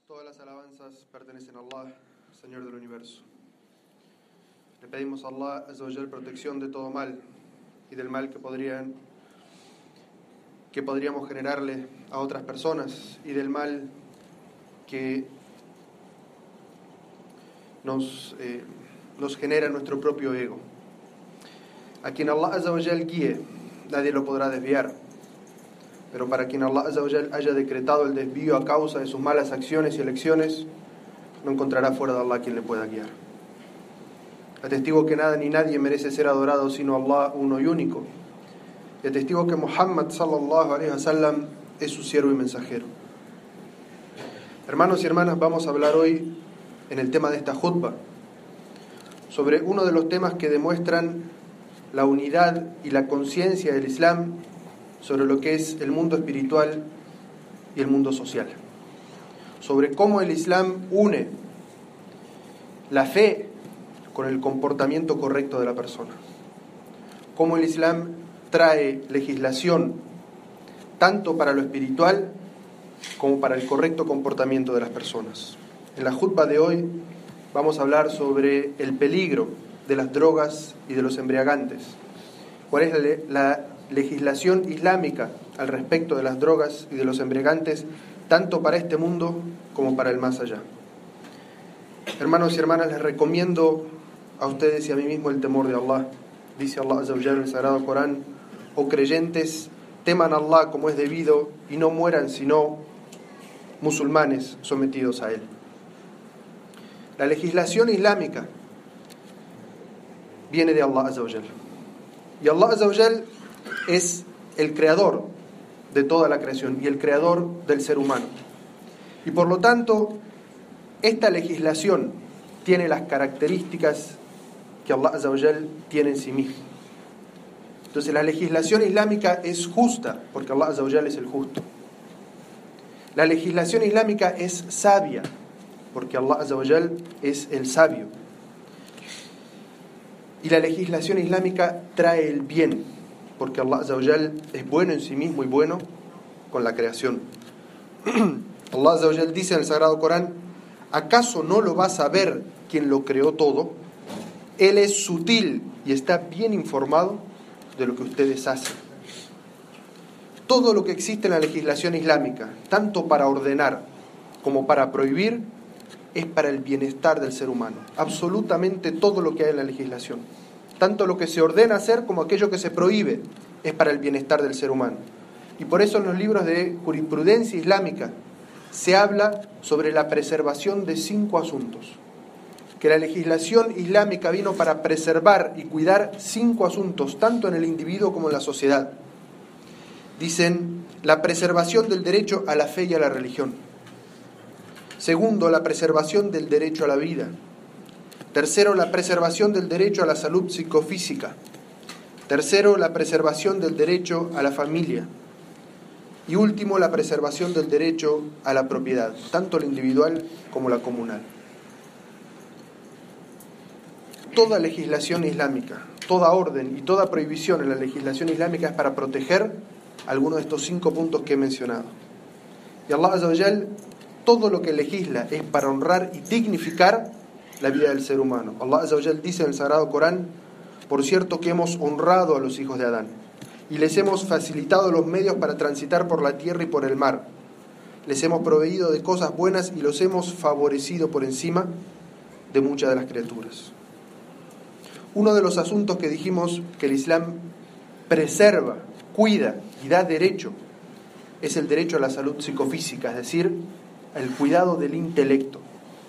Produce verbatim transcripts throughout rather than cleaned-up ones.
Todas las alabanzas pertenecen a Allah, Señor del universo. Le pedimos a Allah Azza wa Jal protección de todo mal y del mal que podrían que podríamos generarle a otras personas y del mal que nos, eh, nos genera nuestro propio ego. A quien Allah Azza wa Jal guíe, nadie lo podrá desviar. Pero para quien Allah Azza wa Jal haya decretado el desvío a causa de sus malas acciones y elecciones, no encontrará fuera de Allah quien le pueda guiar. Atestigo que nada ni nadie merece ser adorado sino Allah uno y único. Y atestigo que Muhammad sallallahu alaihi wasallam es su siervo y mensajero. Hermanos y hermanas, vamos a hablar hoy en el tema de esta jutba sobre uno de los temas que demuestran la unidad y la conciencia del Islam sobre lo que es el mundo espiritual y el mundo social, sobre cómo el Islam une la fe con el comportamiento correcto de la persona, cómo el Islam trae legislación tanto para lo espiritual como para el correcto comportamiento de las personas. En la jutba de hoy vamos a hablar sobre el peligro de las drogas y de los embriagantes, cuál es la legislación islámica al respecto de las drogas y de los embriagantes, tanto para este mundo como para el más allá. Hermanos y hermanas, les recomiendo a ustedes y a mí mismo el temor de Allah. Dice Allah Azza wa Jalla en el Sagrado Corán: oh creyentes, teman a Allah como es debido y no mueran sino musulmanes sometidos a Él. La legislación islámica viene de Allah Azza wa Jalla. Y Allah Azza wa Jalla es el creador de toda la creación y el creador del ser humano. Y por lo tanto, esta legislación tiene las características que Allah Azza wa Jal tiene en sí mismo. Entonces la legislación islámica es justa, porque Allah Azza wa Jal es el justo. La legislación islámica es sabia, porque Allah Azza wa Jal es el sabio. Y la legislación islámica trae el bien, porque Allah Azza wa Jal es bueno en sí mismo y bueno con la creación. Allah Azza wa Jal dice en el Sagrado Corán: ¿acaso no lo va a saber quien lo creó todo? Él es sutil y está bien informado de lo que ustedes hacen. Todo lo que existe en la legislación islámica, tanto para ordenar como para prohibir, es para el bienestar del ser humano. Absolutamente todo lo que hay en la legislación, tanto lo que se ordena hacer como aquello que se prohíbe, es para el bienestar del ser humano. Y por eso en los libros de jurisprudencia islámica se habla sobre la preservación de cinco asuntos. Que la legislación islámica vino para preservar y cuidar cinco asuntos, tanto en el individuo como en la sociedad. Dicen: la preservación del derecho a la fe y a la religión. Segundo, la preservación del derecho a la vida. Tercero, la preservación del derecho a la salud psicofísica. Tercero, la preservación del derecho a la familia. Y último, la preservación del derecho a la propiedad, tanto la individual como la comunal. Toda legislación islámica, toda orden y toda prohibición en la legislación islámica es para proteger algunos de estos cinco puntos que he mencionado. Y Allah Azza wa Jal, todo lo que legisla es para honrar y dignificar la vida del ser humano. Allah Azza wa Jal dice en el Sagrado Corán: por cierto que hemos honrado a los hijos de Adán y les hemos facilitado los medios para transitar por la tierra y por el mar. Les hemos proveído de cosas buenas y los hemos favorecido por encima de muchas de las criaturas. Uno de los asuntos que dijimos que el Islam preserva, cuida y da derecho es el derecho a la salud psicofísica, es decir, el cuidado del intelecto.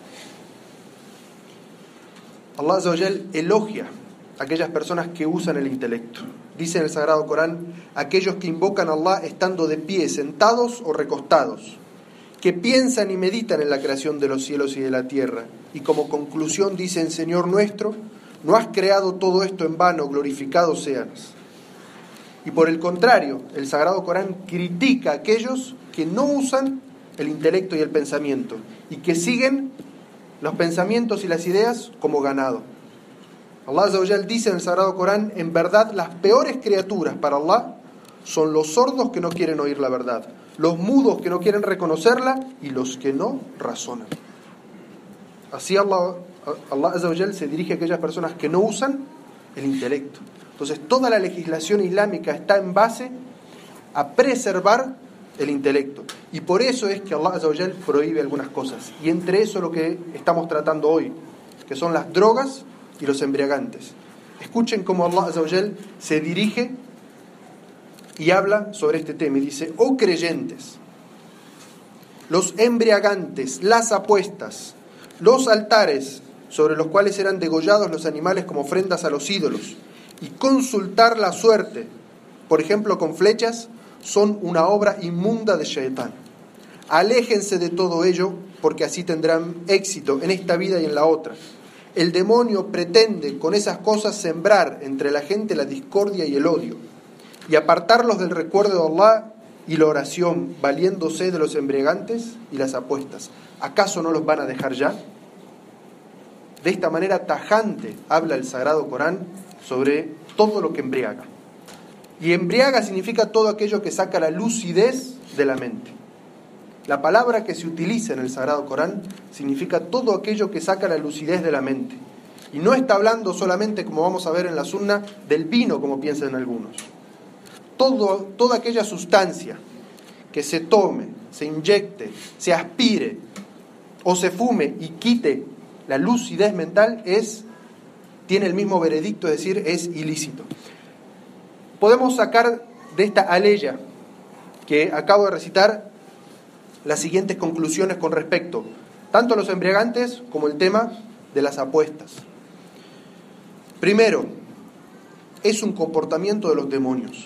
Allah Azza wa Jal elogia a aquellas personas que usan el intelecto. Dice en el Sagrado Corán: aquellos que invocan a Allah estando de pie, sentados o recostados, que piensan y meditan en la creación de los cielos y de la tierra, y como conclusión dicen: Señor nuestro, no has creado todo esto en vano, glorificado seas. Y por el contrario, el Sagrado Corán critica a aquellos que no usan el intelecto y el pensamiento, y que siguen los pensamientos y las ideas como ganado. Allah Azza wa Jal dice en el Sagrado Corán: en verdad las peores criaturas para Allah son los sordos que no quieren oír la verdad, los mudos que no quieren reconocerla y los que no razonan. Así Allah, Allah Azza wa Jal se dirige a aquellas personas que no usan el intelecto. Entonces toda la legislación islámica está en base a preservar el intelecto. Y por eso es que Allah Azza wa Jal prohíbe algunas cosas. Y entre eso lo que estamos tratando hoy, que son las drogas y los embriagantes. Escuchen cómo Allah Azza wa Jal se dirige y habla sobre este tema. Y dice: oh creyentes, los embriagantes, las apuestas, los altares sobre los cuales eran degollados los animales como ofrendas a los ídolos, y consultar la suerte, por ejemplo con flechas, son una obra inmunda de Shaitán. Aléjense de todo ello, porque así tendrán éxito en esta vida y en la otra. El demonio pretende con esas cosas sembrar entre la gente la discordia y el odio, y apartarlos del recuerdo de Allah y la oración, valiéndose de los embriagantes y las apuestas. ¿Acaso no los van a dejar ya? De esta manera tajante habla el Sagrado Corán sobre todo lo que embriaga. Y embriaga significa todo aquello que saca la lucidez de la mente. La palabra que se utiliza en el Sagrado Corán significa todo aquello que saca la lucidez de la mente. Y no está hablando solamente, como vamos a ver en la Sunna, del vino, como piensan algunos. Todo, toda aquella sustancia que se tome, se inyecte, se aspire o se fume y quite la lucidez mental es, tiene el mismo veredicto, es decir, es ilícito. Podemos sacar de esta aleya que acabo de recitar las siguientes conclusiones con respecto tanto a los embriagantes como el tema de las apuestas. Primero, es un comportamiento de los demonios.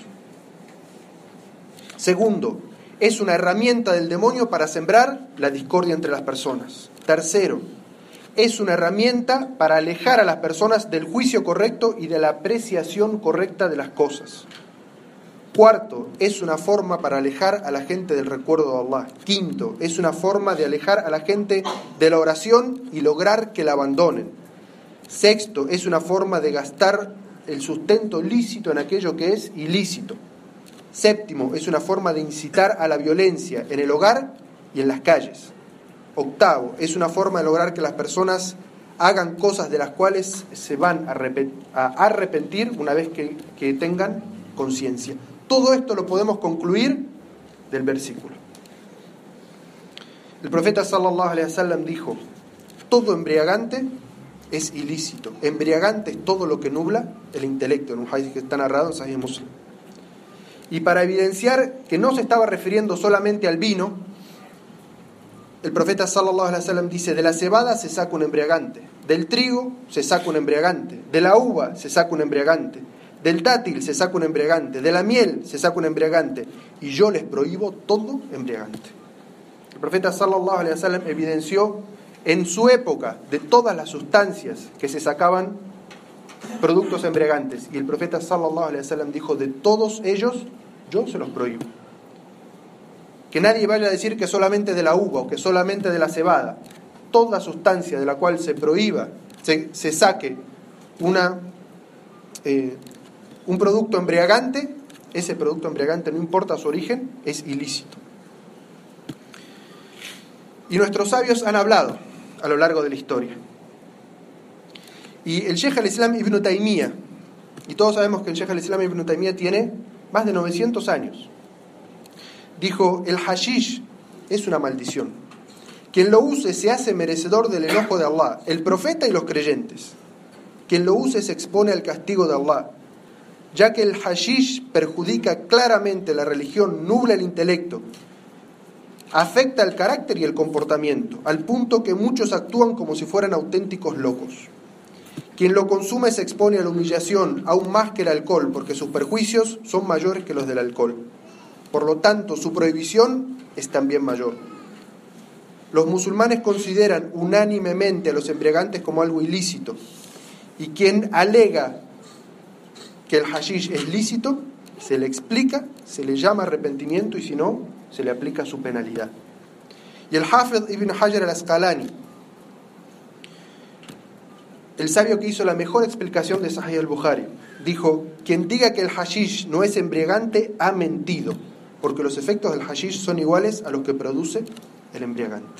Segundo, es una herramienta del demonio para sembrar la discordia entre las personas. Tercero, es una herramienta para alejar a las personas del juicio correcto y de la apreciación correcta de las cosas. Cuarto, es una forma para alejar a la gente del recuerdo de Allah. Quinto, es una forma de alejar a la gente de la oración y lograr que la abandonen. Sexto, es una forma de gastar el sustento lícito en aquello que es ilícito. Séptimo, es una forma de incitar a la violencia en el hogar y en las calles. Octavo, es una forma de lograr que las personas hagan cosas de las cuales se van a arrepentir una vez que, que tengan conciencia. Todo esto lo podemos concluir del versículo. El profeta sallallahu alaihi wasallam dijo: todo embriagante es ilícito. Embriagante es todo lo que nubla el intelecto, en un hadith que está narrado en Sahih Muslim. Y para evidenciar que no se estaba refiriendo solamente al vino, el profeta sallallahu alaihi wasallam dice: de la cebada se saca un embriagante, del trigo se saca un embriagante, de la uva se saca un embriagante, del dátil se saca un embriagante, de la miel se saca un embriagante, y yo les prohíbo todo embriagante. El profeta sallallahu alaihi wasallam evidenció en su época de todas las sustancias que se sacaban productos embriagantes, y el profeta sallallahu alaihi wasallam dijo: de todos ellos yo se los prohíbo. Que nadie vaya a decir que solamente de la uva o que solamente de la cebada. Toda sustancia de la cual se prohíba, se, se saque una, eh, un producto embriagante, ese producto embriagante, no importa su origen, es ilícito. Y nuestros sabios han hablado a lo largo de la historia. Y el Sheikh al-Islam Ibn Taymiyyah, y todos sabemos que el Sheikh al-Islam Ibn Taymiyyah tiene más de novecientos años, dijo: el hashish es una maldición. Quien lo use se hace merecedor del enojo de Allah, el profeta y los creyentes. Quien lo use se expone al castigo de Allah, ya que el hashish perjudica claramente la religión, nubla el intelecto, afecta el carácter y el comportamiento, al punto que muchos actúan como si fueran auténticos locos. Quien lo consume se expone a la humillación, aún más que el alcohol, porque sus perjuicios son mayores que los del alcohol. Por lo tanto, su prohibición es también mayor. Los musulmanes consideran unánimemente a los embriagantes como algo ilícito, y quien alega que el hashish es lícito, se le explica, se le llama arrepentimiento, y si no, se le aplica su penalidad. Y el Hafidh Ibn Hajar al-Asqalani, el sabio que hizo la mejor explicación de Sahih al-Bukhari, dijo: quien diga que el hashish no es embriagante ha mentido, porque los efectos del hashish son iguales a los que produce el embriagante.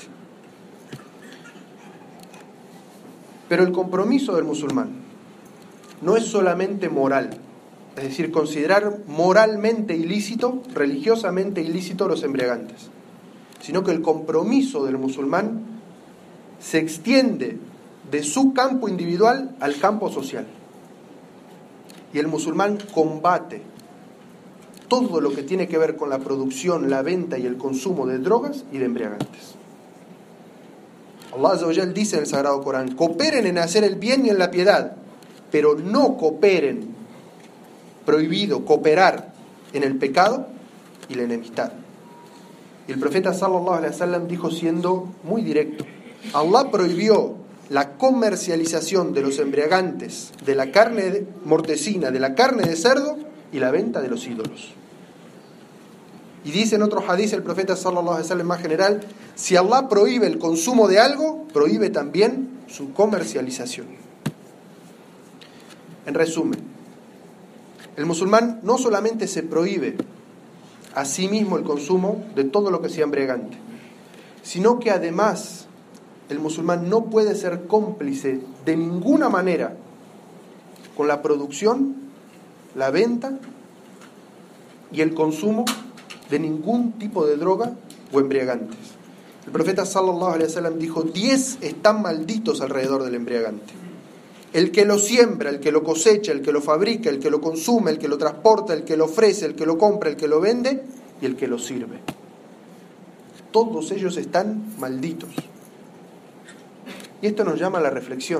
Pero el compromiso del musulmán no es solamente moral, es decir, considerar moralmente ilícito, religiosamente ilícito los embriagantes, sino que el compromiso del musulmán se extiende de su campo individual al campo social. Y el musulmán combate todo lo que tiene que ver con la producción, la venta y el consumo de drogas y de embriagantes. Allah Azza wa Jal dice en el Sagrado Corán: cooperen en hacer el bien y en la piedad, pero no cooperen, prohibido cooperar en el pecado y la enemistad. Y el profeta sallallahu alaihi wasallam dijo siendo muy directo: Allah prohibió la comercialización de los embriagantes, de la carne mortecina, de la carne de cerdo y la venta de los ídolos. Y dice en otro hadith el profeta sallallahu alaihi wasallam más general: si Allah prohíbe el consumo de algo, prohíbe también su comercialización. En resumen, el musulmán no solamente se prohíbe a sí mismo el consumo de todo lo que sea embriagante, sino que además el musulmán no puede ser cómplice de ninguna manera con la producción, la venta y el consumo de ningún tipo de droga o embriagantes. El profeta sallallahu alaihi wasallam dijo: diez están malditos alrededor del embriagante: el que lo siembra, el que lo cosecha, el que lo fabrica, el que lo consume, el que lo transporta, el que lo ofrece, el que lo compra, el que lo vende y el que lo sirve. Todos ellos están malditos. Y esto nos llama a la reflexión.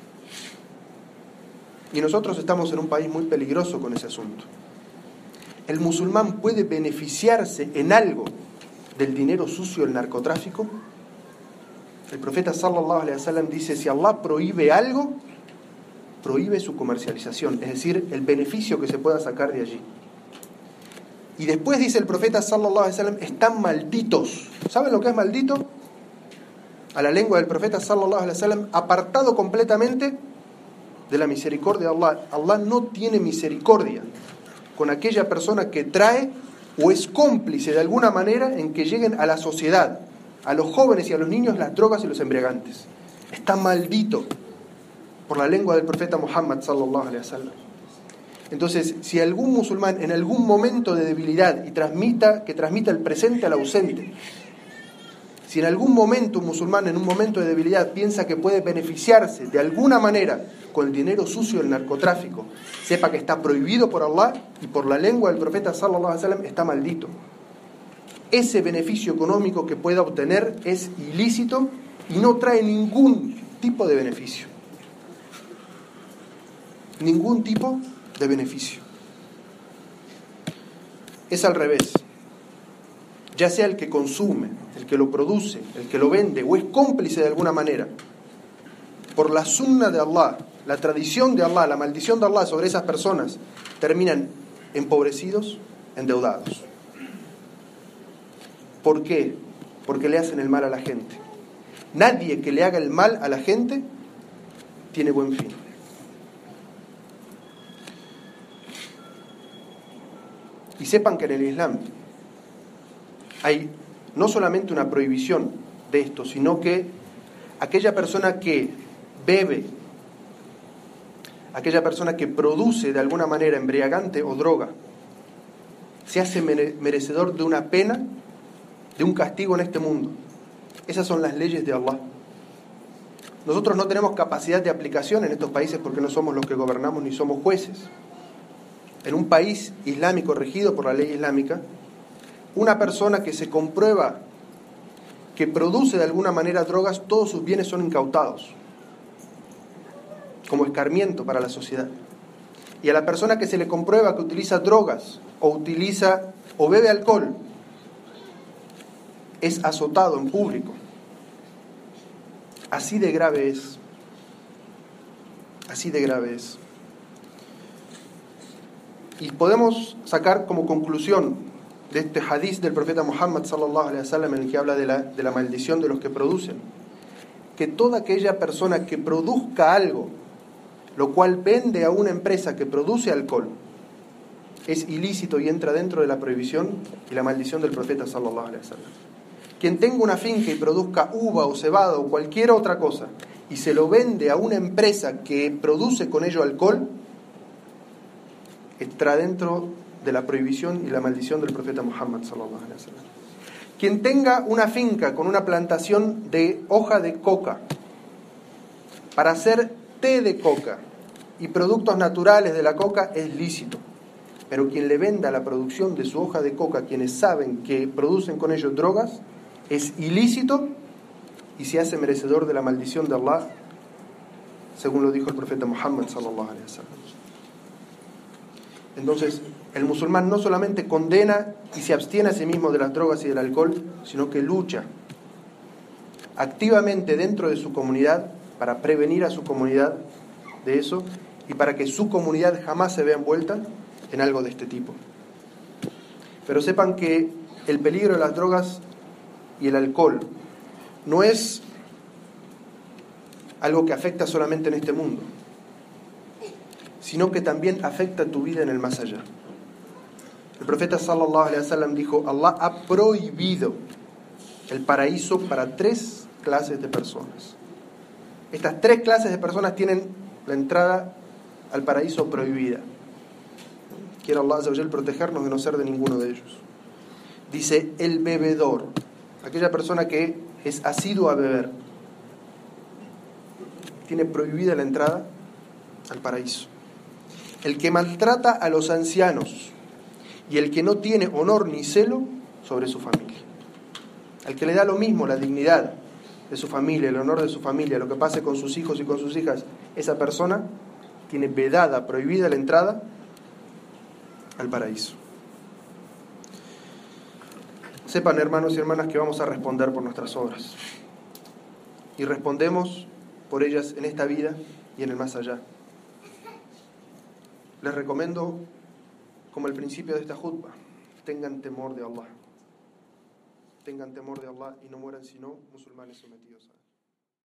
Y nosotros estamos en un país muy peligroso con ese asunto. ¿El musulmán puede beneficiarse en algo del dinero sucio del narcotráfico? El profeta sallallahu alaihi wasallam dice: si Allah prohíbe algo, prohíbe su comercialización, es decir, el beneficio que se pueda sacar de allí. Y después dice el profeta sallallahu alaihi wasallam: están malditos. ¿Saben lo que es maldito? A la lengua del profeta sallallahu alaihi wasallam, apartado completamente de la misericordia de Allah. Allah no tiene misericordia con aquella persona que trae o es cómplice de alguna manera en que lleguen a la sociedad, a los jóvenes y a los niños, las drogas y los embriagantes. Está maldito por la lengua del profeta Muhammad sallallahu alaihi wasallam. Entonces, si algún musulmán en algún momento de debilidad y transmita, que transmita el presente al ausente, si en algún momento un musulmán en un momento de debilidad piensa que puede beneficiarse de alguna manera con el dinero sucio del narcotráfico, sepa que está prohibido por Allah y por la lengua del profeta sallallahu alaihi wasallam está maldito. Ese beneficio económico que pueda obtener es ilícito y no trae ningún tipo de beneficio. Ningún tipo de beneficio. Es al revés. Ya sea el que consume, el que lo produce, el que lo vende o es cómplice de alguna manera, por la sunna de Allah, la tradición de Allah, la maldición de Allah sobre esas personas, terminan empobrecidos, endeudados. ¿Por qué? Porque le hacen el mal a la gente. Nadie que le haga el mal a la gente tiene buen fin. Y sepan que en el Islam hay no solamente una prohibición de esto, sino que aquella persona que bebe, aquella persona que produce de alguna manera embriagante o droga, se hace merecedor de una pena, de un castigo en este mundo. Esas son las leyes de Allah. Nosotros no tenemos capacidad de aplicación en estos países porque no somos los que gobernamos ni somos jueces. En un país islámico regido por la ley islámica, una persona que se comprueba que produce de alguna manera drogas, todos sus bienes son incautados como escarmiento para la sociedad. Y a la persona que se le comprueba que utiliza drogas o utiliza o bebe alcohol, es azotado en público. Así de grave es. Así de grave es. Y podemos sacar como conclusión de este hadith del profeta Muhammad sallallahu alaihi wasallam en el que habla de la, de la maldición de los que producen, que toda aquella persona que produzca algo, lo cual vende a una empresa que produce alcohol, es ilícito y entra dentro de la prohibición y la maldición del profeta sallallahu alaihi wasallam. Quien tenga una finca y produzca uva o cebada o cualquier otra cosa y se lo vende a una empresa que produce con ello alcohol, entra dentro de la prohibición y la maldición del profeta Muhammad sallallahu alaihi wasallam. Quien tenga una finca con una plantación de hoja de coca para hacer té de coca y productos naturales de la coca es lícito. Pero quien le venda la producción de su hoja de coca a quienes saben que producen con ello drogas es ilícito y se hace merecedor de la maldición de Allah, según lo dijo el profeta Muhammad sallallahu alaihi wasallam. Entonces, el musulmán no solamente condena y se abstiene a sí mismo de las drogas y del alcohol, sino que lucha activamente dentro de su comunidad para prevenir a su comunidad de eso y para que su comunidad jamás se vea envuelta en algo de este tipo. Pero sepan que el peligro de las drogas y el alcohol no es algo que afecta solamente en este mundo, sino que también afecta tu vida en el más allá. El profeta sallallahu alaihi wasallam dijo: Allah ha prohibido el paraíso para tres clases de personas. Estas tres clases de personas tienen la entrada al paraíso prohibida. Quiere Allah azza wa jal protegernos de no ser de ninguno de ellos. Dice: el bebedor, aquella persona que es asiduo a beber, tiene prohibida la entrada al paraíso. El que maltrata a los ancianos y el que no tiene honor ni celo sobre su familia. Al que le da lo mismo la dignidad de su familia, el honor de su familia, lo que pase con sus hijos y con sus hijas, esa persona tiene vedada, prohibida la entrada al paraíso. Sepan, hermanos y hermanas, que vamos a responder por nuestras obras. Y respondemos por ellas en esta vida y en el más allá. Les recomiendo, como el principio de esta jutba, tengan temor de Allah. Tengan temor de Allah y no mueran sino musulmanes sometidos a Él.